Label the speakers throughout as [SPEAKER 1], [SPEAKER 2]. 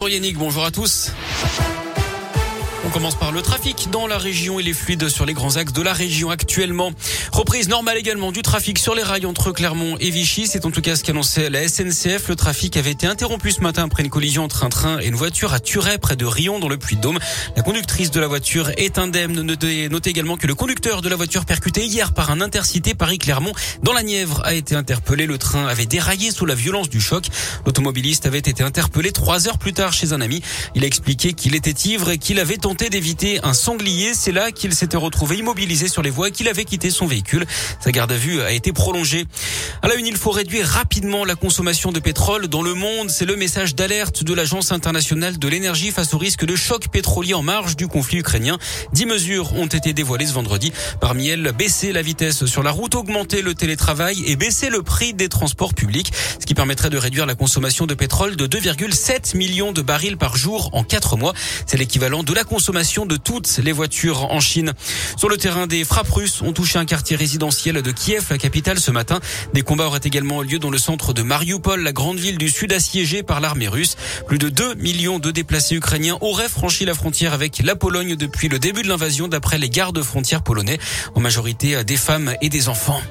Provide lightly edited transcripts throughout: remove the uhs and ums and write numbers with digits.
[SPEAKER 1] Yannick, bonjour à tous. On commence par le trafic dans la région. Il est fluide sur les grands axes de la région actuellement. Reprise normale également du trafic sur les rails entre Clermont et Vichy. C'est en tout cas ce qu'annonçait la SNCF. Le trafic avait été interrompu ce matin après une collision entre un train et une voiture à Turet, près de Rion, dans le Puy-de-Dôme. La conductrice de la voiture est indemne. Notez également que le conducteur de la voiture percuté hier par un intercité Paris-Clermont dans la Nièvre a été interpellé. Le train avait déraillé sous la violence du choc. L'automobiliste avait été interpellé 3 heures plus tard chez un ami. Il a expliqué qu'il était ivre et qu'il avait tenté d'éviter un sanglier. C'est là qu'il s'était retrouvé immobilisé sur les voies et qu'il avait quitté son véhicule. Sa garde à vue a été prolongée. À la une, il faut réduire rapidement la consommation de pétrole dans le monde. C'est le message d'alerte de l'Agence internationale de l'énergie face au risque de choc pétrolier en marge du conflit ukrainien. 10 mesures ont été dévoilées ce vendredi. Parmi elles, baisser la vitesse sur la route, augmenter le télétravail et baisser le prix des transports publics, ce qui permettrait de réduire la consommation de pétrole de 2,7 millions de barils par jour en 4 mois. C'est l'équivalent de la consommation de toutes les voitures en Chine. Sur le terrain, des frappes russes ont touché un quartier résidentiel de Kiev, la capitale, ce matin. Des combats auraient également lieu dans le centre de Mariupol, la grande ville du sud assiégée par l'armée russe. Plus de 2 millions de déplacés ukrainiens auraient franchi la frontière avec la Pologne depuis le début de l'invasion, d'après les gardes frontières polonais, en majorité des femmes et des enfants.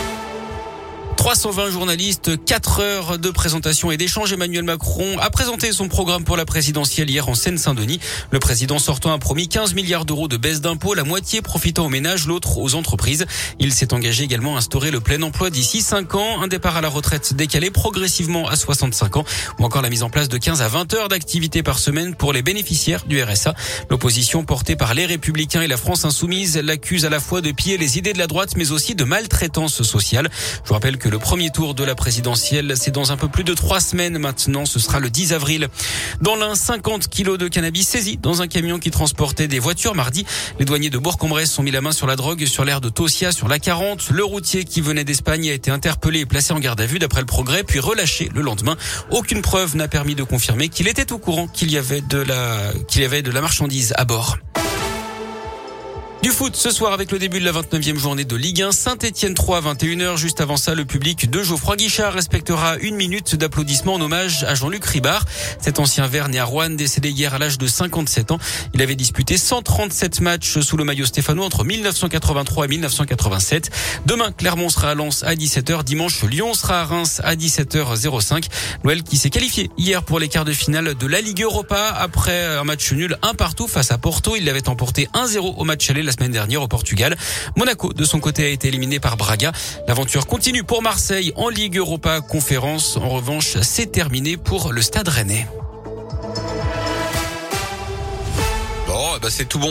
[SPEAKER 1] 320 journalistes, 4 heures de présentation et d'échange. Emmanuel Macron a présenté son programme pour la présidentielle hier en Seine-Saint-Denis. Le président sortant a promis 15 milliards d'euros de baisse d'impôts, la moitié profitant aux ménages, l'autre aux entreprises. Il s'est engagé également à instaurer le plein emploi d'ici 5 ans, un départ à la retraite décalé progressivement à 65 ans, ou encore la mise en place de 15 à 20 heures d'activité par semaine pour les bénéficiaires du RSA. L'opposition portée par les Républicains et la France Insoumise l'accuse à la fois de piller les idées de la droite, mais aussi de maltraitance sociale. Je vous rappelle que le premier tour de la présidentielle, c'est dans un peu plus de 3 semaines maintenant. Ce sera le 10 avril. Dans l'Ain, 50 kilos de cannabis saisis dans un camion qui transportait des voitures mardi. Les douaniers de Bourg-en-Bresse ont mis la main sur la drogue sur l'aire de Tosia, sur la 40. Le routier qui venait d'Espagne a été interpellé et placé en garde à vue d'après le Progrès, puis relâché le lendemain. Aucune preuve n'a permis de confirmer qu'il était au courant qu'il y avait de la marchandise à bord. Du foot ce soir avec le début de la 29e journée de Ligue 1, Saint-Etienne 3 à 21h. Juste avant ça, le public de Geoffroy Guichard respectera 1 minute d'applaudissement en hommage à Jean-Luc Ribard. Cet ancien vert né à Roanne, décédé hier à l'âge de 57 ans. Il avait disputé 137 matchs sous le maillot stéphanois entre 1983 et 1987. Demain, Clermont sera à Lens à 17h. Dimanche, Lyon sera à Reims à 17h05. L'OL qui s'est qualifié hier pour les quarts de finale de la Ligue Europa après un match nul 1-1 face à Porto. Il l'avait emporté 1-0 au match aller la semaine dernière au Portugal. Monaco, de son côté, a été éliminé par Braga. L'aventure continue pour Marseille en Ligue Europa Conférence. En revanche, c'est terminé pour le Stade Rennais.
[SPEAKER 2] Bon, c'est tout bon.